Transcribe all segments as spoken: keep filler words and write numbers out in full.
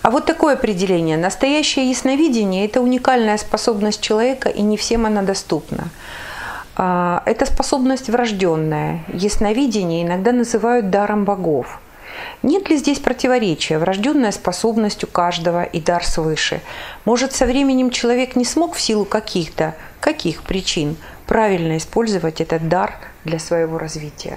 А вот такое определение. Настоящее ясновидение – это уникальная способность человека, и не всем она доступна. Это способность врожденная. Ясновидение иногда называют даром богов. Нет ли здесь противоречия? Врожденная способность у каждого и дар свыше. Может, со временем человек не смог в силу каких-то, каких причин правильно использовать этот дар для своего развития?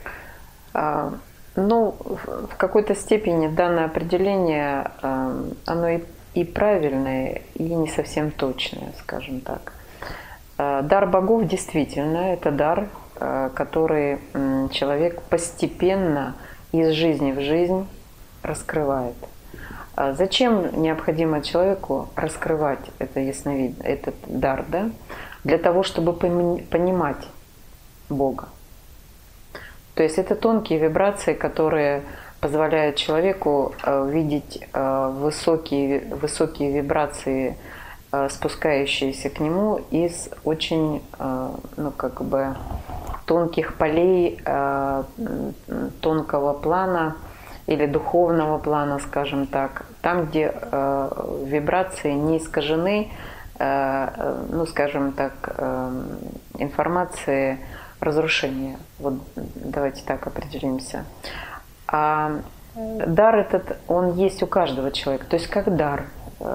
А, ну, в какой-то степени данное определение, оно и, и правильное, и не совсем точное, скажем так. Дар богов действительно это дар, который человек постепенно из жизни в жизнь раскрывает. Зачем необходимо человеку раскрывать это ясновид... этот дар? Да? Для того, чтобы понимать Бога. То есть это тонкие вибрации, которые позволяют человеку видеть высокие, высокие вибрации, спускающиеся к нему из очень, ну, как бы тонких полей, тонкого плана или духовного плана, скажем так, там, где вибрации не искажены, ну, скажем так, информации разрушения. Вот давайте так определимся. А дар этот, он есть у каждого человека, то есть как дар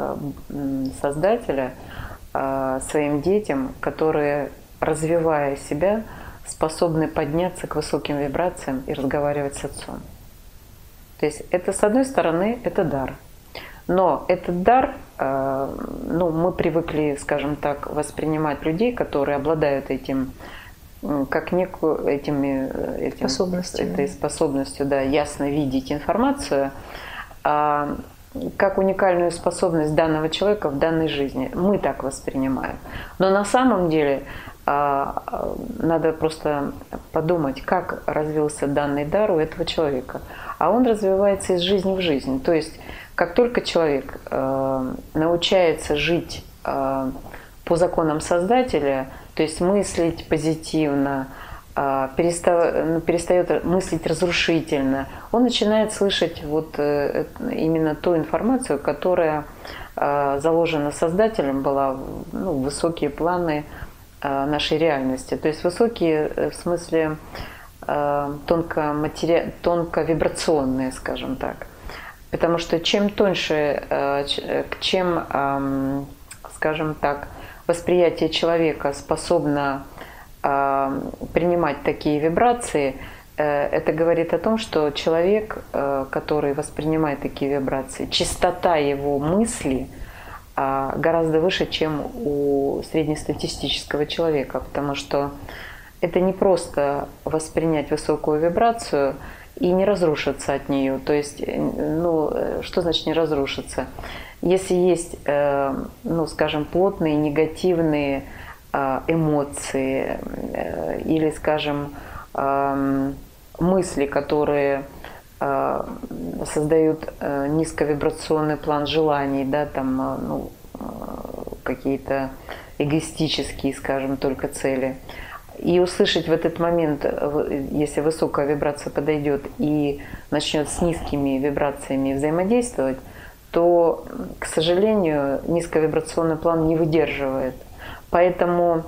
Создателя своим детям, которые, развивая себя, способны подняться к высоким вибрациям и разговаривать с Отцом. То есть это, с одной стороны, это дар. Но этот дар, ну, мы привыкли, скажем так, воспринимать людей, которые обладают этим, как некую этими, этим, этой способностью, да, ясно видеть информацию, как уникальную способность данного человека в данной жизни. Мы так воспринимаем. Но на самом деле надо просто подумать, как развился данный дар у этого человека. А он развивается из жизни в жизнь. То есть, как только человек научается жить по законам Создателя, то есть мыслить позитивно, перестает, перестает мыслить разрушительно, он начинает слышать вот именно ту информацию, которая заложена Создателем, была, ну, высокие планы нашей реальности. То есть высокие в смысле тонко-матери... тонко-вибрационные, скажем так. Потому что чем тоньше, чем, скажем так, восприятие человека способно принимать такие вибрации, это говорит о том, что человек, который воспринимает такие вибрации, частота его мысли гораздо выше, чем у среднестатистического человека, потому что это не просто воспринять высокую вибрацию и не разрушиться от нее. То есть, ну, что значит не разрушиться? Если есть, ну, скажем, плотные негативные эмоции или, скажем, мысли, которые создают низковибрационный план желаний, да, там, ну, какие-то эгоистические, скажем, только цели. И услышать в этот момент, если высокая вибрация подойдет и начнет с низкими вибрациями взаимодействовать, то, к сожалению, низковибрационный план не выдерживает. Поэтому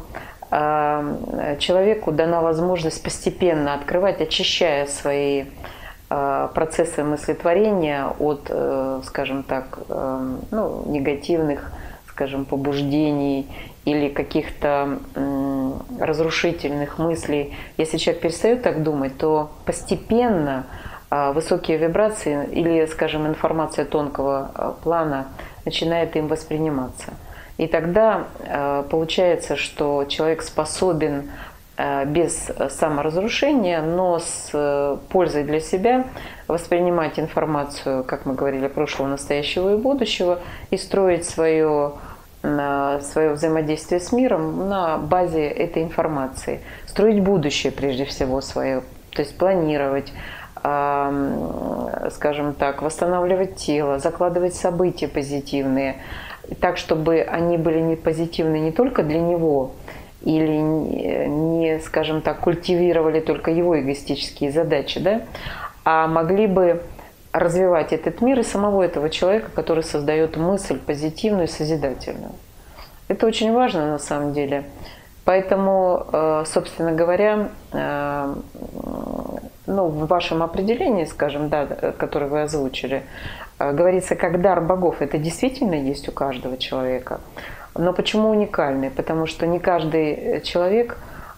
э, человеку дана возможность постепенно открывать, очищая свои э, процессы мыслетворения от, э, скажем так, э, ну, негативных, скажем, побуждений или каких-то э, разрушительных мыслей. Если человек перестает так думать, то постепенно э, высокие вибрации или, скажем, информация тонкого э, плана начинает им восприниматься. И тогда э, получается, что человек способен э, без саморазрушения, но с э, пользой для себя воспринимать информацию, как мы говорили, прошлого, настоящего и будущего, и строить свое, э, свое взаимодействие с миром на базе этой информации. Строить будущее прежде всего свое, то есть планировать, э, скажем так, восстанавливать тело, закладывать события позитивные, так, чтобы они были не позитивны не только для него, или не, скажем так, культивировали только его эгоистические задачи, да, а могли бы развивать этот мир и самого этого человека, который создает мысль позитивную и созидательную. Это очень важно на самом деле. Поэтому, собственно говоря, ну, в вашем определении, скажем, да, которое вы озвучили, говорится, как дар богов. Это действительно есть у каждого человека. Но почему уникальный? Потому что не каждый человек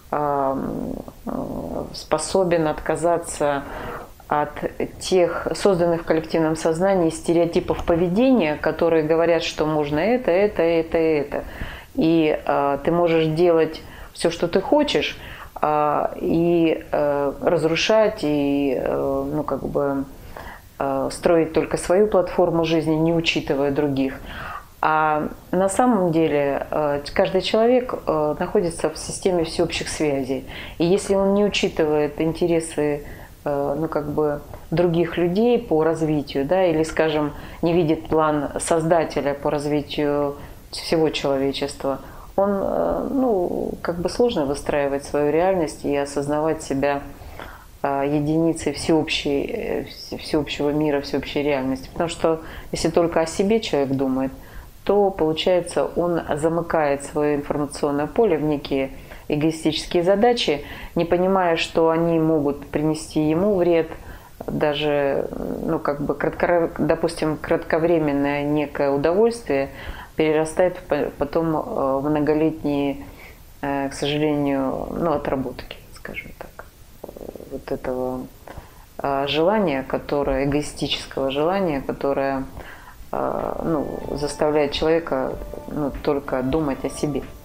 способен отказаться от тех созданных в коллективном сознании стереотипов поведения, которые говорят, что можно это, это, это, это. И э, ты можешь делать все, что ты хочешь, э, и э, разрушать, и э, ну, как бы, э, строить только свою платформу жизни, не учитывая других. А на самом деле э, каждый человек э, находится в системе всеобщих связей. И если он не учитывает интересы ну, как бы других людей по развитию, да, или, скажем, не видит план создателя по развитию всего человечества, он, ну, как бы сложно выстраивать свою реальность и осознавать себя единицей всеобщей, всеобщего мира, всеобщей реальности. Потому что если только о себе человек думает, то, получается, он замыкает свое информационное поле в некие эгоистические задачи, не понимая, что они могут принести ему вред, даже, ну, как бы, кратко, допустим, кратковременное некое удовольствие перерастает потом в многолетние, к сожалению, ну, отработки, скажем так, вот этого желания, которое, эгоистического желания, которое, ну, заставляет человека, ну, только думать о себе.